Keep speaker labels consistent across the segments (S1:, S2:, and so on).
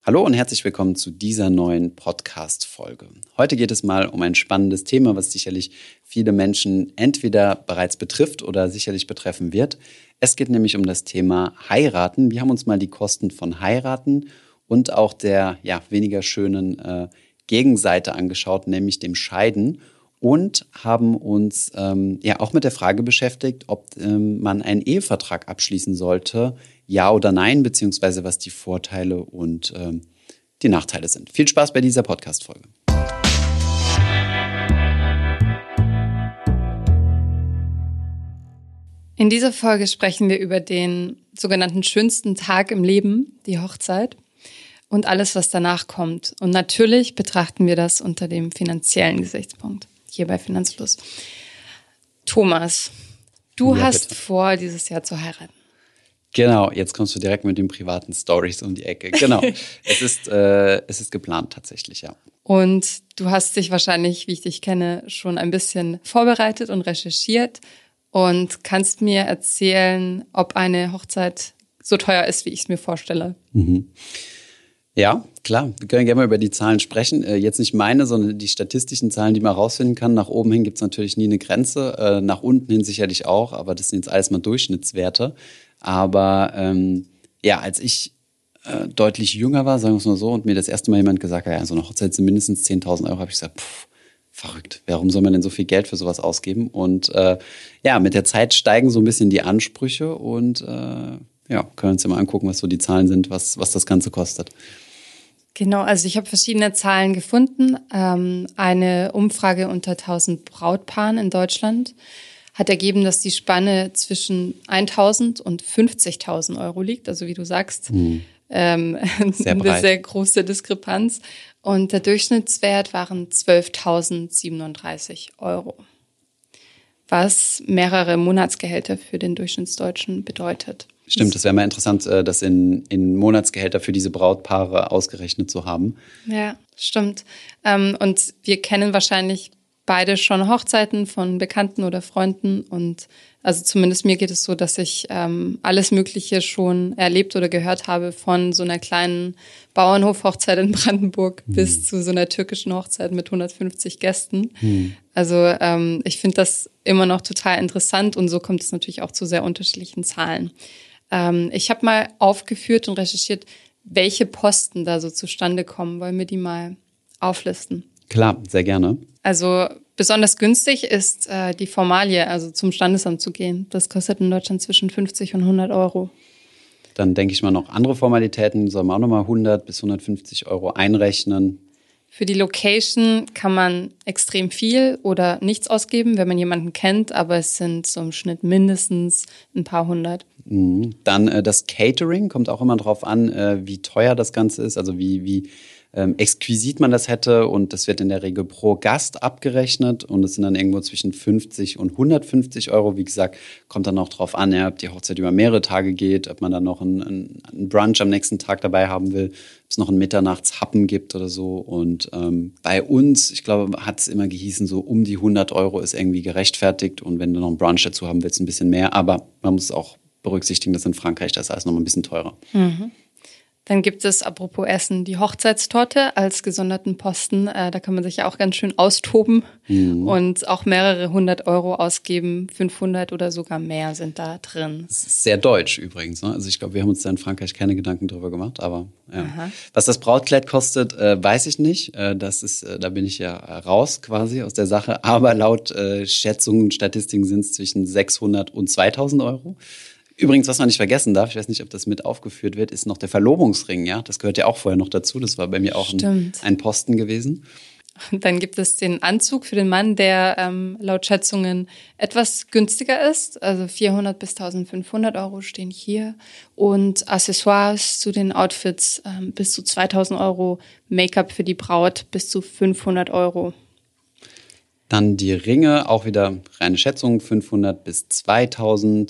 S1: Hallo und herzlich willkommen zu dieser neuen Podcast-Folge. Heute geht es mal um ein spannendes Thema, was sicherlich viele Menschen entweder bereits betrifft oder sicherlich betreffen wird. Es geht nämlich um das Thema Heiraten. Wir haben uns mal die Kosten von Heiraten und auch der weniger schönen Gegenseite angeschaut, nämlich dem Scheiden. Und haben uns auch mit der Frage beschäftigt, ob man einen Ehevertrag abschließen sollte, ja oder nein, beziehungsweise was die Vorteile und die Nachteile sind. Viel Spaß bei dieser Podcast-Folge.
S2: In dieser Folge sprechen wir über den sogenannten schönsten Tag im Leben, die Hochzeit, und alles, was danach kommt. Und natürlich betrachten wir das unter dem finanziellen Gesichtspunkt. Hier bei Finanzfluss. Thomas, du hast vor, dieses Jahr zu heiraten.
S1: Genau, jetzt kommst du direkt mit den privaten Stories um die Ecke. Genau, es ist geplant tatsächlich, ja.
S2: Und du hast dich wahrscheinlich, wie ich dich kenne, schon ein bisschen vorbereitet und recherchiert und kannst mir erzählen, ob eine Hochzeit so teuer ist, wie ich es mir vorstelle.
S1: Mhm. Ja, klar. Wir können gerne mal über die Zahlen sprechen. Jetzt nicht meine, sondern die statistischen Zahlen, die man rausfinden kann. Nach oben hin gibt es natürlich nie eine Grenze, nach unten hin sicherlich auch, aber das sind jetzt alles mal Durchschnittswerte. Aber als ich deutlich jünger war, sagen wir es mal so, und mir das erste Mal jemand gesagt hat, ja, so eine Hochzeit sind mindestens 10.000 Euro, habe ich gesagt, verrückt. Warum soll man denn so viel Geld für sowas ausgeben? Und mit der Zeit steigen so ein bisschen die Ansprüche und können wir uns ja mal angucken, was so die Zahlen sind, was das Ganze kostet.
S2: Genau, also ich habe verschiedene Zahlen gefunden. Eine Umfrage unter 1000 Brautpaaren in Deutschland hat ergeben, dass die Spanne zwischen 1.000 und 50.000 Euro liegt. Also wie du sagst, eine sehr große Diskrepanz. Und der Durchschnittswert waren 12.037 Euro, was mehrere Monatsgehälter für den Durchschnittsdeutschen bedeutet.
S1: Stimmt, das wäre mal interessant, das in Monatsgehälter für diese Brautpaare ausgerechnet zu haben.
S2: Ja, stimmt. Und wir kennen wahrscheinlich beide schon Hochzeiten von Bekannten oder Freunden. Und also zumindest mir geht es so, dass ich alles Mögliche schon erlebt oder gehört habe, von so einer kleinen Bauernhof-Hochzeit in Brandenburg bis zu so einer türkischen Hochzeit mit 150 Gästen. Also ich finde das immer noch total interessant und so kommt es natürlich auch zu sehr unterschiedlichen Zahlen. Ich habe mal aufgeführt und recherchiert, welche Posten da so zustande kommen. Wollen wir die mal auflisten?
S1: Klar, sehr gerne.
S2: Also besonders günstig ist die Formalie, also zum Standesamt zu gehen. Das kostet in Deutschland zwischen 50 und 100 Euro.
S1: Dann denke ich mal noch andere Formalitäten, sollen wir auch nochmal 100 bis 150 Euro einrechnen.
S2: Für die Location kann man extrem viel oder nichts ausgeben, wenn man jemanden kennt, aber es sind so im Schnitt mindestens ein paar hundert.
S1: Dann das Catering, kommt auch immer drauf an, wie teuer das Ganze ist, also wie exquisit man das hätte, und das wird in der Regel pro Gast abgerechnet und es sind dann irgendwo zwischen 50 und 150 Euro. Wie gesagt, kommt dann auch drauf an, ob die Hochzeit über mehrere Tage geht, ob man dann noch einen Brunch am nächsten Tag dabei haben will, ob es noch einen Mitternachtshappen gibt oder so. Und bei uns, ich glaube, hat es immer gehießen, so um die 100 Euro ist irgendwie gerechtfertigt, und wenn du noch einen Brunch dazu haben willst, ein bisschen mehr. Aber man muss auch berücksichtigen, dass in Frankreich das alles noch mal ein bisschen teurer.
S2: Dann gibt es, apropos Essen, die Hochzeitstorte als gesonderten Posten. Da kann man sich ja auch ganz schön austoben und auch mehrere 100 Euro ausgeben. 500 oder sogar mehr sind da drin.
S1: Das ist sehr deutsch übrigens, ne? Also ich glaube, wir haben uns da in Frankreich keine Gedanken drüber gemacht, aber ja.
S2: Aha.
S1: Was das Brautkleid kostet, weiß ich nicht. Da bin ich ja raus quasi aus der Sache. Aber laut Schätzungen und Statistiken sind es zwischen 600 und 2.000 Euro. Übrigens, was man nicht vergessen darf, ich weiß nicht, ob das mit aufgeführt wird, ist noch der Verlobungsring. Ja, das gehört ja auch vorher noch dazu. Das war bei mir auch ein Posten gewesen.
S2: Und dann gibt es den Anzug für den Mann, der laut Schätzungen etwas günstiger ist. Also 400 bis 1.500 Euro stehen hier. Und Accessoires zu den Outfits bis zu 2.000 Euro. Make-up für die Braut bis zu 500 Euro.
S1: Dann die Ringe, auch wieder reine Schätzung, 500 bis 2.000.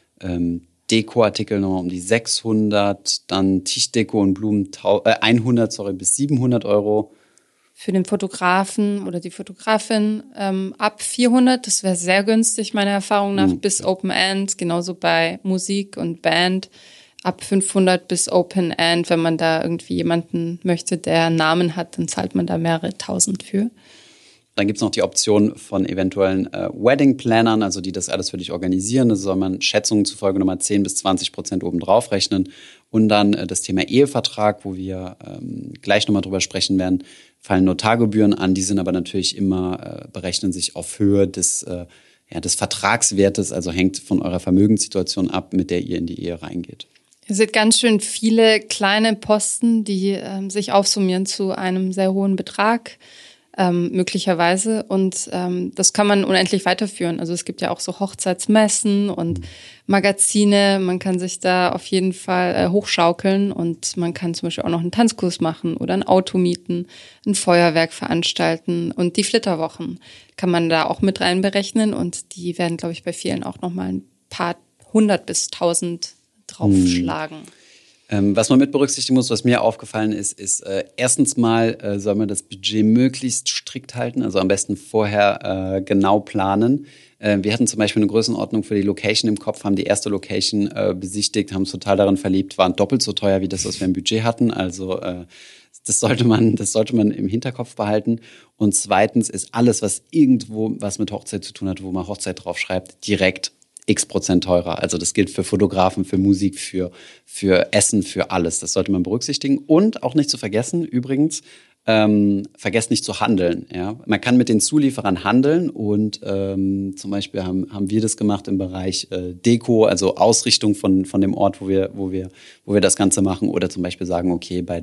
S1: Dekoartikel nochmal um die 600, dann Tischdeko und Blumen 100 bis 700 Euro.
S2: Für den Fotografen oder die Fotografin ab 400, das wäre sehr günstig meiner Erfahrung nach, bis Open End, genauso bei Musik und Band ab 500 bis Open End. Wenn man da irgendwie jemanden möchte, der einen Namen hat, dann zahlt man da mehrere tausend für.
S1: Dann gibt es noch die Option von eventuellen Wedding-Plannern, also die das alles für dich organisieren. Da soll man Schätzungen zufolge nochmal 10-20% obendrauf rechnen. Und dann das Thema Ehevertrag, wo wir gleich nochmal drüber sprechen werden, fallen Notargebühren an. Die sind aber natürlich immer, berechnen sich auf Höhe des Vertragswertes, also hängt von eurer Vermögenssituation ab, mit der ihr in die Ehe reingeht.
S2: Ihr seht ganz schön viele kleine Posten, die sich aufsummieren zu einem sehr hohen Betrag. Möglicherweise. Und das kann man unendlich weiterführen. Also es gibt ja auch so Hochzeitsmessen und Magazine. Man kann sich da auf jeden Fall hochschaukeln und man kann zum Beispiel auch noch einen Tanzkurs machen oder ein Auto mieten, ein Feuerwerk veranstalten und die Flitterwochen kann man da auch mit reinberechnen und die werden, glaube ich, bei vielen auch nochmal ein paar 100 bis 1000 draufschlagen.
S1: Was man mit berücksichtigen muss, was mir aufgefallen ist, erstens mal soll man das Budget möglichst strikt halten, also am besten vorher genau planen. Wir hatten zum Beispiel eine Größenordnung für die Location im Kopf, haben die erste Location besichtigt, haben uns total darin verliebt, waren doppelt so teuer wie das, was wir im Budget hatten. Also das sollte man im Hinterkopf behalten. Und zweitens ist alles, was irgendwo was mit Hochzeit zu tun hat, wo man Hochzeit drauf schreibt, direkt x% teurer. Also das gilt für Fotografen, für Musik, für Essen, für alles. Das sollte man berücksichtigen. Und auch nicht zu vergessen, übrigens, vergesst nicht zu handeln. Ja? Man kann mit den Zulieferern handeln und zum Beispiel haben wir das gemacht im Bereich Deko, also Ausrichtung von dem Ort, wo wir das Ganze machen. Oder zum Beispiel sagen, okay, bei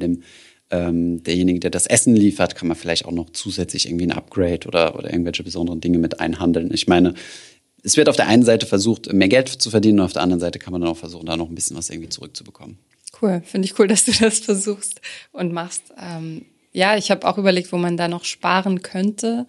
S1: derjenige, der das Essen liefert, kann man vielleicht auch noch zusätzlich irgendwie ein Upgrade oder irgendwelche besonderen Dinge mit einhandeln. Ich meine, es wird auf der einen Seite versucht, mehr Geld zu verdienen und auf der anderen Seite kann man dann auch versuchen, da noch ein bisschen was irgendwie zurückzubekommen.
S2: Cool, finde ich cool, dass du das versuchst und machst. Ja, ich habe auch überlegt, wo man da noch sparen könnte.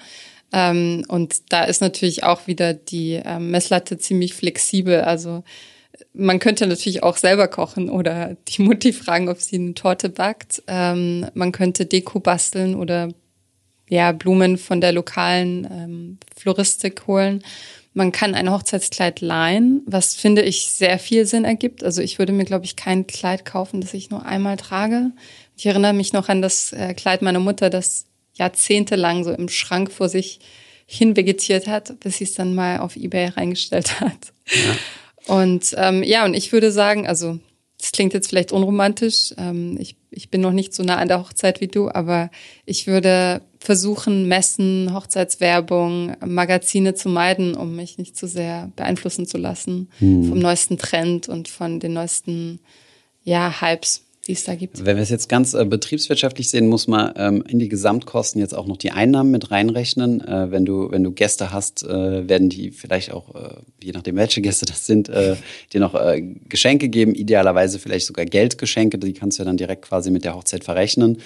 S2: Und da ist natürlich auch wieder die Messlatte ziemlich flexibel. Also man könnte natürlich auch selber kochen oder die Mutti fragen, ob sie eine Torte backt. Man könnte Deko basteln oder ja Blumen von der lokalen Floristik holen. Man kann ein Hochzeitskleid leihen, was, finde ich, sehr viel Sinn ergibt. Also ich würde mir, glaube ich, kein Kleid kaufen, das ich nur einmal trage. Ich erinnere mich noch an das Kleid meiner Mutter, das jahrzehntelang so im Schrank vor sich hin vegetiert hat, bis sie es dann mal auf eBay reingestellt hat. Ja. Und und ich würde sagen, also das klingt jetzt vielleicht unromantisch, ich bin noch nicht so nah an der Hochzeit wie du, aber ich würde versuchen, Messen, Hochzeitswerbung, Magazine zu meiden, um mich nicht zu sehr beeinflussen zu lassen vom neuesten Trend und von den neuesten Hypes, die es da gibt.
S1: Wenn wir es jetzt ganz betriebswirtschaftlich sehen, muss man in die Gesamtkosten jetzt auch noch die Einnahmen mit reinrechnen. Wenn du Gäste hast, werden die vielleicht auch, je nachdem welche Gäste das sind, dir noch Geschenke geben, idealerweise vielleicht sogar Geldgeschenke, die kannst du ja dann direkt quasi mit der Hochzeit verrechnen.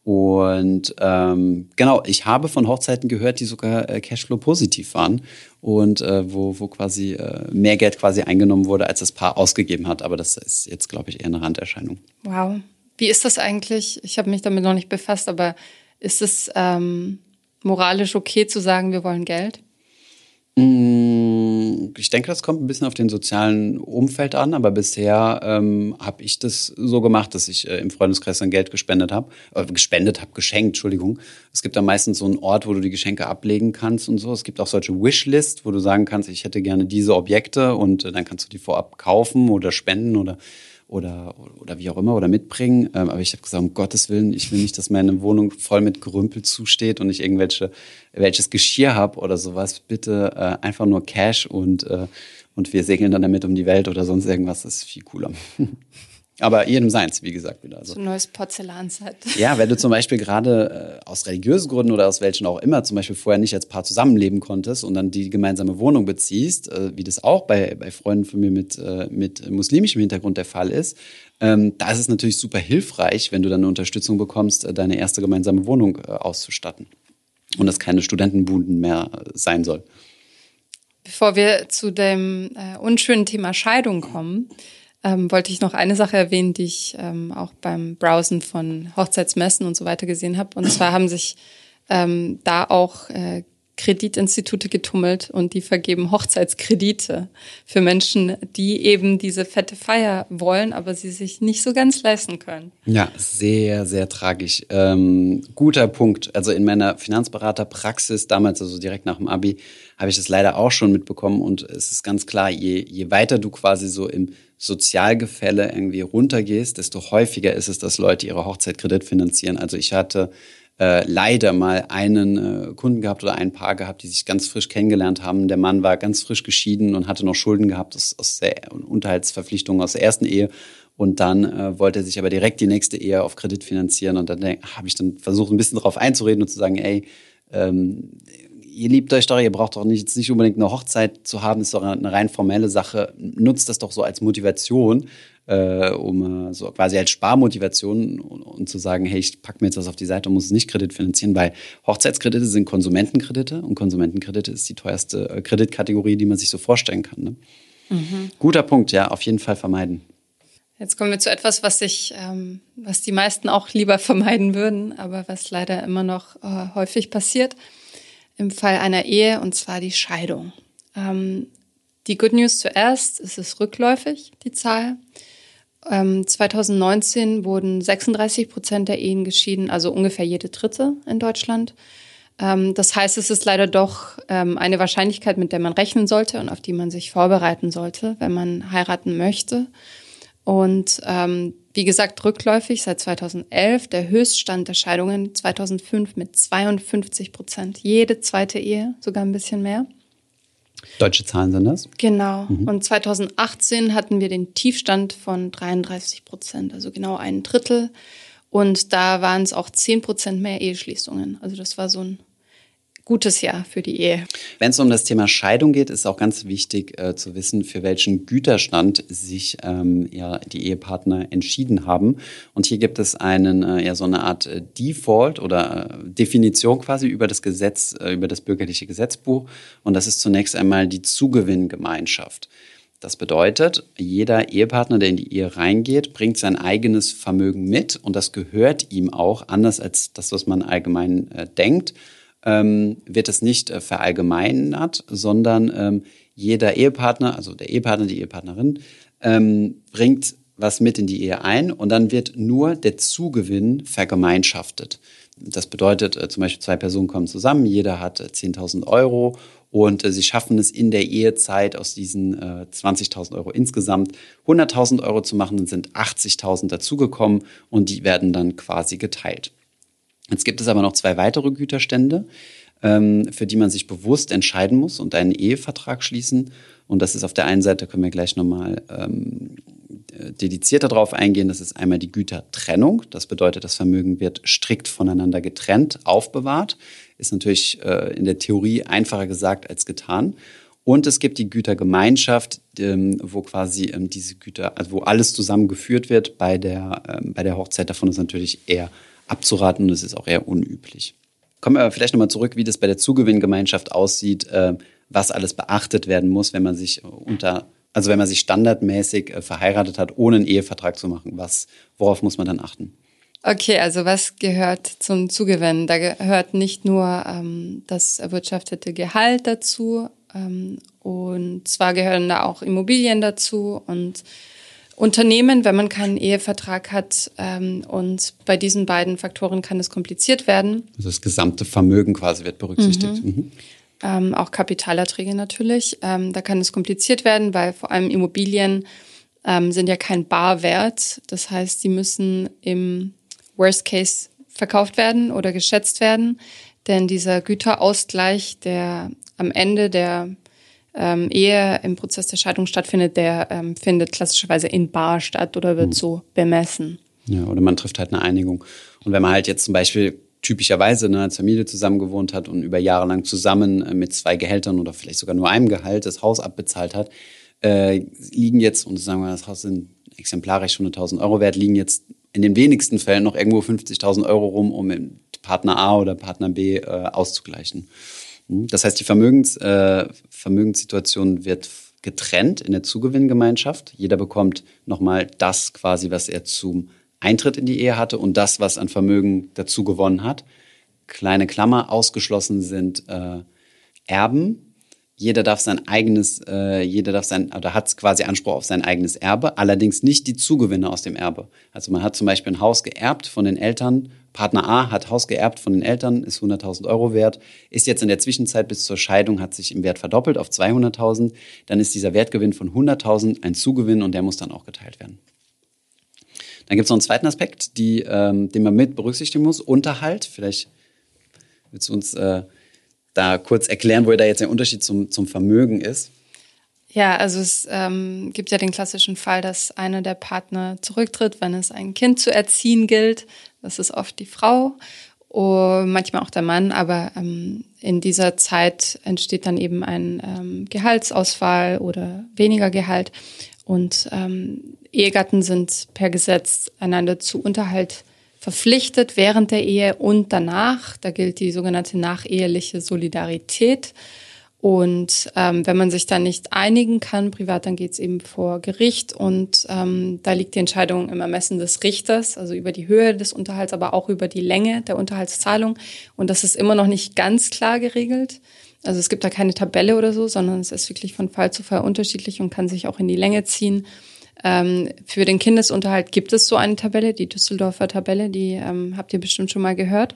S1: Und genau, ich habe von Hochzeiten gehört, die sogar Cashflow-positiv waren und wo quasi mehr Geld quasi eingenommen wurde, als das Paar ausgegeben hat. Aber das ist jetzt, glaube ich, eher eine Randerscheinung.
S2: Wow. Wie ist das eigentlich? Ich habe mich damit noch nicht befasst, aber ist es moralisch okay zu sagen, wir wollen Geld?
S1: Ich denke, das kommt ein bisschen auf den sozialen Umfeld an, aber bisher habe ich das so gemacht, dass ich im Freundeskreis dann Geld geschenkt, Entschuldigung. Es gibt da meistens so einen Ort, wo du die Geschenke ablegen kannst und so. Es gibt auch solche Wishlist, wo du sagen kannst, ich hätte gerne diese Objekte und dann kannst du die vorab kaufen oder spenden oder wie auch immer oder mitbringen. Aber ich habe gesagt, um Gottes Willen, ich will nicht, dass meine Wohnung voll mit Gerümpel zusteht und ich welches Geschirr habe oder sowas. Bitte einfach nur Cash und wir segeln dann damit um die Welt oder sonst irgendwas. Das ist viel cooler. Aber jedem seins, wie gesagt, wieder. Also,
S2: so ein neues Porzellanset.
S1: Ja, wenn du zum Beispiel gerade aus religiösen Gründen oder aus welchen auch immer zum Beispiel vorher nicht als Paar zusammenleben konntest und dann die gemeinsame Wohnung beziehst, wie das auch bei Freunden von mir mit muslimischem Hintergrund der Fall ist, da ist es natürlich super hilfreich, wenn du dann eine Unterstützung bekommst, deine erste gemeinsame Wohnung auszustatten. Und das keine Studentenbuden mehr sein soll.
S2: Bevor wir zu dem unschönen Thema Scheidung kommen, wollte ich noch eine Sache erwähnen, die ich auch beim Browsen von Hochzeitsmessen und so weiter gesehen habe. Und zwar haben sich da auch Kreditinstitute getummelt und die vergeben Hochzeitskredite für Menschen, die eben diese fette Feier wollen, aber sie sich nicht so ganz leisten können.
S1: Ja, sehr, sehr tragisch. Guter Punkt. Also in meiner Finanzberaterpraxis, damals also direkt nach dem Abi, habe ich das leider auch schon mitbekommen. Und es ist ganz klar, je weiter du quasi so im Sozialgefälle irgendwie runtergehst, desto häufiger ist es, dass Leute ihre Hochzeit kreditfinanzieren. Also ich hatte leider mal einen Kunden gehabt oder ein Paar gehabt, die sich ganz frisch kennengelernt haben. Der Mann war ganz frisch geschieden und hatte noch Schulden gehabt aus der Unterhaltsverpflichtung aus der ersten Ehe. Und dann wollte er sich aber direkt die nächste Ehe auf Kredit finanzieren. Und dann habe ich dann versucht, ein bisschen darauf einzureden und zu sagen, ey, ihr liebt euch doch, ihr braucht doch nicht unbedingt eine Hochzeit zu haben, ist doch eine rein formelle Sache. Nutzt das doch so als Motivation, um so quasi als Sparmotivation und zu sagen, hey, ich packe mir jetzt was auf die Seite und muss es nicht kreditfinanzieren, weil Hochzeitskredite sind Konsumentenkredite und Konsumentenkredite ist die teuerste Kreditkategorie, die man sich so vorstellen kann. Ne? Mhm. Guter Punkt, ja, auf jeden Fall vermeiden.
S2: Jetzt kommen wir zu etwas, was die meisten auch lieber vermeiden würden, aber was leider immer noch häufig passiert im Fall einer Ehe, und zwar die Scheidung. Die Good News zuerst, es ist rückläufig, die Zahl. 2019 wurden 36% der Ehen geschieden, also ungefähr jede dritte in Deutschland. Das heißt, es ist leider doch eine Wahrscheinlichkeit, mit der man rechnen sollte und auf die man sich vorbereiten sollte, wenn man heiraten möchte. Und wie gesagt, rückläufig seit 2011, der Höchststand der Scheidungen 2005 mit 52%. Jede zweite Ehe, sogar ein bisschen mehr.
S1: Deutsche Zahlen sind das?
S2: Genau. Und 2018 hatten wir den Tiefstand von 33%, also genau ein Drittel. Und da waren es auch 10% mehr Eheschließungen. Also das war so ein gutes Jahr für die Ehe.
S1: Wenn es um das Thema Scheidung geht, ist auch ganz wichtig zu wissen, für welchen Güterstand sich die Ehepartner entschieden haben. Und hier gibt es so eine Art Default oder Definition quasi über das Gesetz, über das bürgerliche Gesetzbuch. Und das ist zunächst einmal die Zugewinngemeinschaft. Das bedeutet, jeder Ehepartner, der in die Ehe reingeht, bringt sein eigenes Vermögen mit und das gehört ihm auch, anders als das, was man allgemein denkt. Wird es nicht verallgemeinert, sondern jeder Ehepartner, also der Ehepartner, die Ehepartnerin, bringt was mit in die Ehe ein und dann wird nur der Zugewinn vergemeinschaftet. Das bedeutet, zum Beispiel 2 Personen kommen zusammen, jeder hat 10.000 Euro und sie schaffen es in der Ehezeit aus diesen 20.000 Euro insgesamt 100.000 Euro zu machen, dann sind 80.000 dazugekommen und die werden dann quasi geteilt. Jetzt gibt es aber noch 2 weitere Güterstände, für die man sich bewusst entscheiden muss und einen Ehevertrag schließen. Und das ist auf der einen Seite, können wir gleich nochmal dedizierter drauf eingehen, das ist einmal die Gütertrennung. Das bedeutet, das Vermögen wird strikt voneinander getrennt, aufbewahrt. Ist natürlich in der Theorie einfacher gesagt als getan. Und es gibt die Gütergemeinschaft, wo quasi diese Güter, also wo alles zusammengeführt wird bei der Hochzeit. Davon ist natürlich eher abzuraten und es ist auch eher unüblich. Kommen wir aber vielleicht nochmal zurück, wie das bei der Zugewinngemeinschaft aussieht, was alles beachtet werden muss, wenn man sich wenn man sich standardmäßig verheiratet hat, ohne einen Ehevertrag zu machen. Worauf muss man dann achten?
S2: Okay, also was gehört zum Zugewinn? Da gehört nicht nur das erwirtschaftete Gehalt dazu, und zwar gehören da auch Immobilien dazu und Unternehmen, wenn man keinen Ehevertrag hat. Und bei diesen beiden Faktoren kann es kompliziert werden.
S1: Also das gesamte Vermögen quasi wird berücksichtigt.
S2: Auch Kapitalerträge natürlich. Da kann es kompliziert werden, weil vor allem Immobilien sind ja kein Barwert. Das heißt, sie müssen im Worst Case verkauft werden oder geschätzt werden. Denn dieser Güterausgleich, der am Ende der Ehe im Prozess der Scheidung stattfindet, der findet klassischerweise in bar statt oder wird so bemessen.
S1: Ja, oder man trifft halt eine Einigung. Und wenn man halt jetzt zum Beispiel typischerweise als Familie zusammen gewohnt hat und über Jahre lang zusammen mit 2 Gehältern oder vielleicht sogar nur einem Gehalt das Haus abbezahlt hat, liegen jetzt, und sagen wir, das Haus sind exemplarisch 100.000 Euro wert, liegen jetzt in den wenigsten Fällen noch irgendwo 50.000 Euro rum, um Partner A oder Partner B auszugleichen. Das heißt, die Vermögenssituation wird getrennt in der Zugewinngemeinschaft. Jeder bekommt nochmal das quasi, was er zum Eintritt in die Ehe hatte und das, was an Vermögen dazu gewonnen hat. Kleine Klammer, ausgeschlossen sind erben. Jeder hat quasi Anspruch auf sein eigenes Erbe, allerdings nicht die Zugewinne aus dem Erbe. Also man hat zum Beispiel ein Haus geerbt von den Eltern. Partner A hat Haus geerbt von den Eltern, ist 100.000 Euro wert, ist jetzt in der Zwischenzeit bis zur Scheidung, hat sich im Wert verdoppelt auf 200.000. Dann ist dieser Wertgewinn von 100.000 ein Zugewinn und der muss dann auch geteilt werden. Dann gibt es noch einen zweiten Aspekt, den man mit berücksichtigen muss, Unterhalt. Vielleicht willst du uns da kurz erklären, wo da jetzt der Unterschied zum Vermögen ist?
S2: Ja, also es gibt ja den klassischen Fall, dass einer der Partner zurücktritt, wenn es ein Kind zu erziehen gilt. Das ist oft die Frau, manchmal auch der Mann, aber in dieser Zeit entsteht dann eben ein Gehaltsausfall oder weniger Gehalt. Und Ehegatten sind per Gesetz einander zu Unterhalt verpflichtet während der Ehe und danach. Da gilt die sogenannte nacheheliche Solidarität. Und wenn man sich dann nicht einigen kann, privat, dann geht es eben vor Gericht. Und da liegt die Entscheidung im Ermessen des Richters, also über die Höhe des Unterhalts, aber auch über die Länge der Unterhaltszahlung. Und das ist immer noch nicht ganz klar geregelt. Also es gibt da keine Tabelle oder so, sondern es ist wirklich von Fall zu Fall unterschiedlich und kann sich auch in die Länge ziehen. Für den Kindesunterhalt gibt es so eine Tabelle, die Düsseldorfer Tabelle, die habt ihr bestimmt schon mal gehört.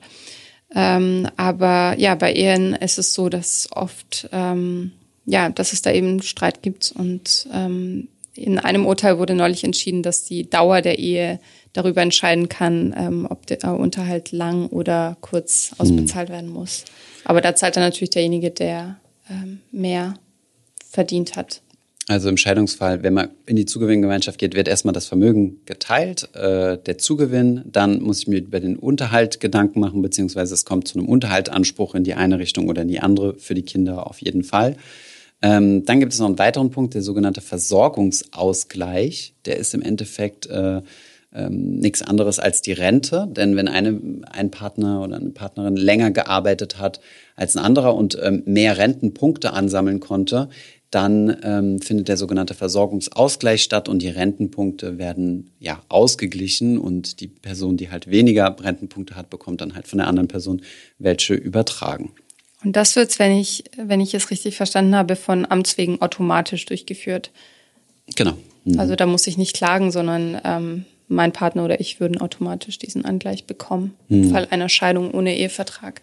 S2: Aber ja, bei Ehen ist es so, dass oft, dass es da eben Streit gibt. Und in einem Urteil wurde neulich entschieden, dass die Dauer der Ehe darüber entscheiden kann, ob der Unterhalt lang oder kurz ausbezahlt werden muss. Aber da zahlt dann natürlich derjenige, der mehr verdient hat.
S1: Also im Scheidungsfall, wenn man in die Zugewinngemeinschaft geht, wird erstmal das Vermögen geteilt, der Zugewinn. Dann muss ich mir über den Unterhalt Gedanken machen, beziehungsweise es kommt zu einem Unterhaltsanspruch in die eine Richtung oder in die andere, für die Kinder auf jeden Fall. Dann gibt es noch einen weiteren Punkt, der sogenannte Versorgungsausgleich. Der ist im Endeffekt nichts anderes als die Rente. Denn wenn ein Partner oder eine Partnerin länger gearbeitet hat als ein anderer und mehr Rentenpunkte ansammeln konnte, dann findet der sogenannte Versorgungsausgleich statt und die Rentenpunkte werden ausgeglichen und die Person, die halt weniger Rentenpunkte hat, bekommt dann halt von der anderen Person welche übertragen.
S2: Und das wird, wenn ich es richtig verstanden habe, von Amts wegen automatisch durchgeführt.
S1: Genau.
S2: Also da muss ich nicht klagen, sondern mein Partner oder ich würden automatisch diesen Angleich bekommen, im Fall einer Scheidung ohne Ehevertrag.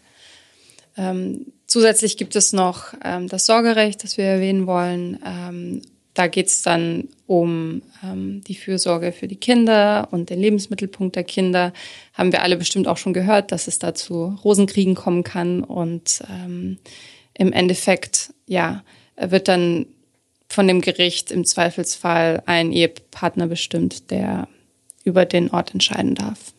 S2: Zusätzlich gibt es noch das Sorgerecht, das wir erwähnen wollen. Da geht es dann um die Fürsorge für die Kinder und den Lebensmittelpunkt der Kinder. Haben wir alle bestimmt auch schon gehört, dass es da zu Rosenkriegen kommen kann. Und im Endeffekt, wird dann von dem Gericht im Zweifelsfall ein Ehepartner bestimmt, der über den Ort entscheiden darf.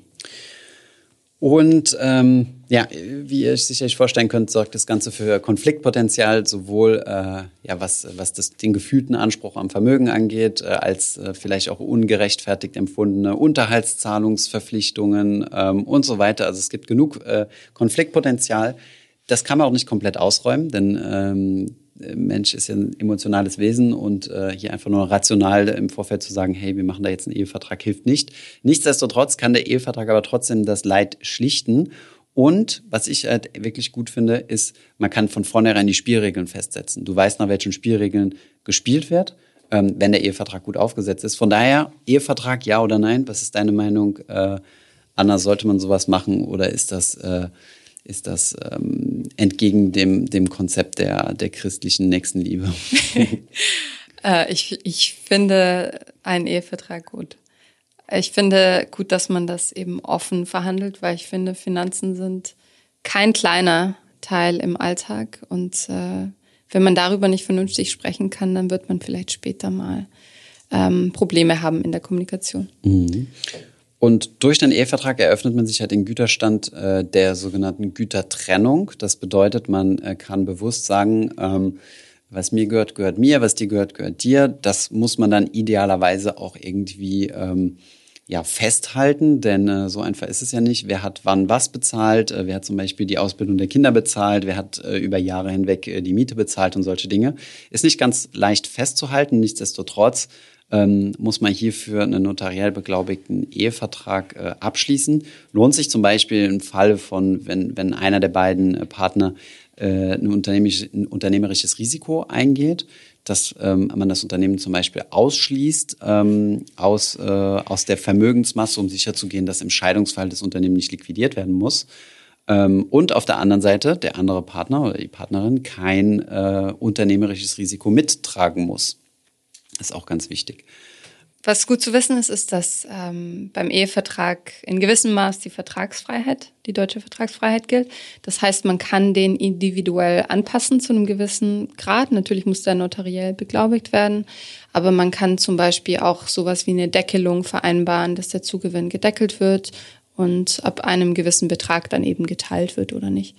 S1: Und wie ihr euch sicherlich vorstellen könnt, sorgt das Ganze für Konfliktpotenzial, sowohl was den gefühlten Anspruch am Vermögen angeht, als vielleicht auch ungerechtfertigt empfundene Unterhaltszahlungsverpflichtungen und so weiter. Also es gibt genug Konfliktpotenzial. Das kann man auch nicht komplett ausräumen, denn Mensch ist ja ein emotionales Wesen und hier einfach nur rational im Vorfeld zu sagen, hey, wir machen da jetzt einen Ehevertrag, hilft nicht. Nichtsdestotrotz kann der Ehevertrag aber trotzdem das Leid schlichten. Und was ich halt wirklich gut finde, ist, man kann von vornherein die Spielregeln festsetzen. Du weißt, nach welchen Spielregeln gespielt wird, wenn der Ehevertrag gut aufgesetzt ist. Von daher, Ehevertrag, ja oder nein? Was ist deine Meinung? Anna, sollte man sowas machen oder ist das entgegen dem Konzept der christlichen Nächstenliebe?
S2: Ich finde einen Ehevertrag gut. Ich finde gut, dass man das eben offen verhandelt, weil ich finde, Finanzen sind kein kleiner Teil im Alltag. Und wenn man darüber nicht vernünftig sprechen kann, dann wird man vielleicht später mal Probleme haben in der Kommunikation.
S1: Mhm. Und durch den Ehevertrag eröffnet man sich halt den Güterstand der sogenannten Gütertrennung. Das bedeutet, man kann bewusst sagen, was mir gehört, gehört mir, was dir gehört, gehört dir. Das muss man dann idealerweise auch irgendwie festhalten, denn so einfach ist es ja nicht. Wer hat wann was bezahlt? Wer hat zum Beispiel die Ausbildung der Kinder bezahlt? Wer hat über Jahre hinweg die Miete bezahlt und solche Dinge? Ist nicht ganz leicht festzuhalten. Nichtsdestotrotz muss man hierfür einen notariell beglaubigten Ehevertrag abschließen. Lohnt sich zum Beispiel im Fall von, wenn einer der beiden Partner ein unternehmerisches Risiko eingeht, dass man das Unternehmen zum Beispiel ausschließt aus der Vermögensmasse, um sicherzugehen, dass im Scheidungsfall das Unternehmen nicht liquidiert werden muss. Und auf der anderen Seite der andere Partner oder die Partnerin kein unternehmerisches Risiko mittragen muss. Das ist auch ganz wichtig.
S2: Was gut zu wissen ist, ist, dass beim Ehevertrag in gewissem Maß die deutsche Vertragsfreiheit gilt. Das heißt, man kann den individuell anpassen zu einem gewissen Grad. Natürlich muss der notariell beglaubigt werden, aber man kann zum Beispiel auch sowas wie eine Deckelung vereinbaren, dass der Zugewinn gedeckelt wird und ab einem gewissen Betrag dann eben geteilt wird oder nicht.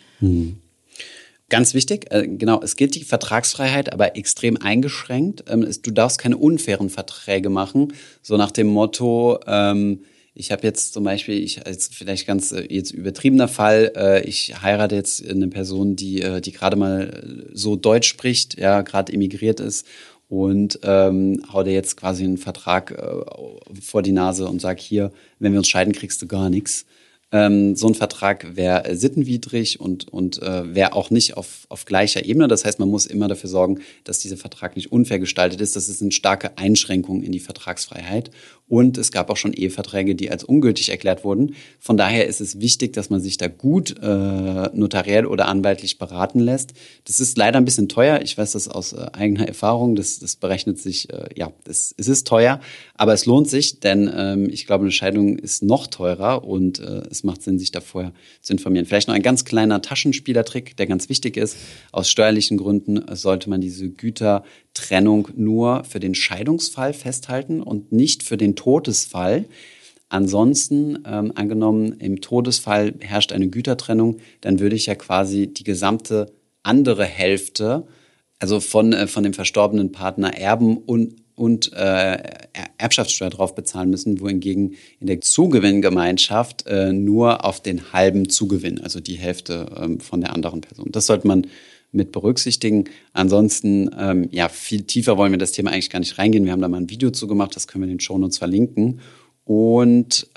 S1: Ganz wichtig, genau, es gilt die Vertragsfreiheit, aber extrem eingeschränkt. Du darfst keine unfairen Verträge machen, so nach dem Motto, ich habe jetzt zum Beispiel, als vielleicht ganz jetzt übertriebener Fall, ich heirate jetzt eine Person, die gerade mal so Deutsch spricht, ja, gerade emigriert ist und hau dir jetzt quasi einen Vertrag vor die Nase und sag hier, wenn wir uns scheiden, kriegst du gar nichts. So ein Vertrag wäre sittenwidrig und wäre auch nicht auf gleicher Ebene. Das heißt, man muss immer dafür sorgen, dass dieser Vertrag nicht unfair gestaltet ist. Das ist eine starke Einschränkung in die Vertragsfreiheit. Und es gab auch schon Eheverträge, die als ungültig erklärt wurden. Von daher ist es wichtig, dass man sich da gut notariell oder anwaltlich beraten lässt. Das ist leider ein bisschen teuer. Ich weiß das aus eigener Erfahrung. Das berechnet sich, es ist teuer, aber es lohnt sich, denn ich glaube, eine Scheidung ist noch teurer und es macht Sinn, sich da vorher zu informieren. Vielleicht noch ein ganz kleiner Taschenspielertrick, der ganz wichtig ist. Aus steuerlichen Gründen sollte man diese Gütertrennung nur für den Scheidungsfall festhalten und nicht für den Todesfall. Ansonsten, angenommen, im Todesfall herrscht eine Gütertrennung, dann würde ich ja quasi die gesamte andere Hälfte, also von dem verstorbenen Partner erben und Erbschaftssteuer drauf bezahlen müssen, wohingegen in der Zugewinngemeinschaft nur auf den halben Zugewinn, also die Hälfte von der anderen Person. Das sollte man mit berücksichtigen. Ansonsten, viel tiefer wollen wir das Thema eigentlich gar nicht reingehen. Wir haben da mal ein Video zu gemacht, das können wir in den Shownotes verlinken. Und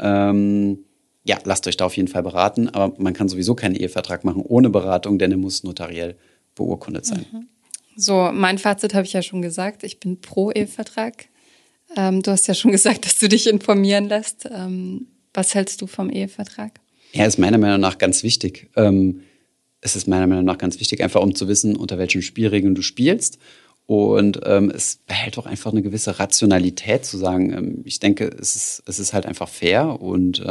S1: lasst euch da auf jeden Fall beraten. Aber man kann sowieso keinen Ehevertrag machen ohne Beratung, denn er muss notariell beurkundet sein.
S2: So, mein Fazit habe ich ja schon gesagt. Ich bin pro Ehevertrag. Du hast ja schon gesagt, dass du dich informieren lässt. Was hältst du vom Ehevertrag?
S1: Ja, ist meiner Meinung nach ganz wichtig. Es ist meiner Meinung nach ganz wichtig, einfach um zu wissen, unter welchen Spielregeln du spielst. Und es behält auch einfach eine gewisse Rationalität zu sagen, ich denke, es ist halt einfach fair und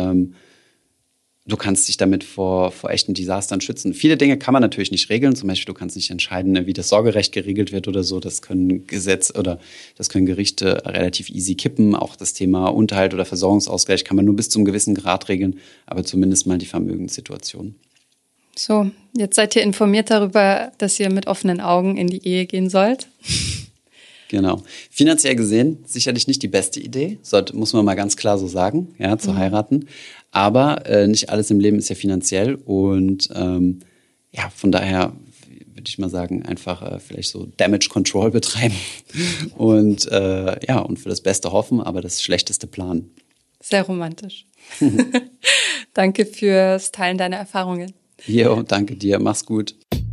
S1: du kannst dich damit vor echten Desastern schützen. Viele Dinge kann man natürlich nicht regeln. Zum Beispiel, du kannst nicht entscheiden, wie das Sorgerecht geregelt wird oder so. Das können Gerichte relativ easy kippen. Auch das Thema Unterhalt oder Versorgungsausgleich kann man nur bis zum gewissen Grad regeln, aber zumindest mal die Vermögenssituation. So,
S2: jetzt seid ihr informiert darüber, dass ihr mit offenen Augen in die Ehe gehen sollt.
S1: Genau. Finanziell gesehen sicherlich nicht die beste Idee, muss man mal ganz klar so sagen, ja, zu heiraten. Aber nicht alles im Leben ist ja finanziell und von daher würde ich mal sagen, einfach vielleicht so Damage Control betreiben und für das Beste hoffen, aber das Schlechteste planen.
S2: Sehr romantisch. Danke fürs Teilen deiner Erfahrungen.
S1: Jo, danke dir. Mach's gut.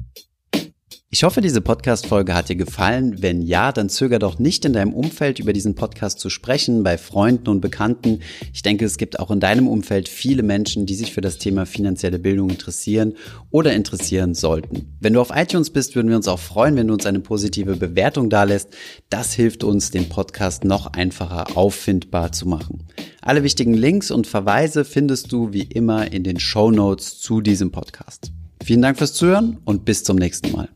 S1: Ich hoffe, diese Podcast-Folge hat dir gefallen. Wenn ja, dann zöger doch nicht in deinem Umfeld über diesen Podcast zu sprechen, bei Freunden und Bekannten. Ich denke, es gibt auch in deinem Umfeld viele Menschen, die sich für das Thema finanzielle Bildung interessieren oder interessieren sollten. Wenn du auf iTunes bist, würden wir uns auch freuen, wenn du uns eine positive Bewertung dalässt. Das hilft uns, den Podcast noch einfacher auffindbar zu machen. Alle wichtigen Links und Verweise findest du wie immer in den Shownotes zu diesem Podcast. Vielen Dank fürs Zuhören und bis zum nächsten Mal.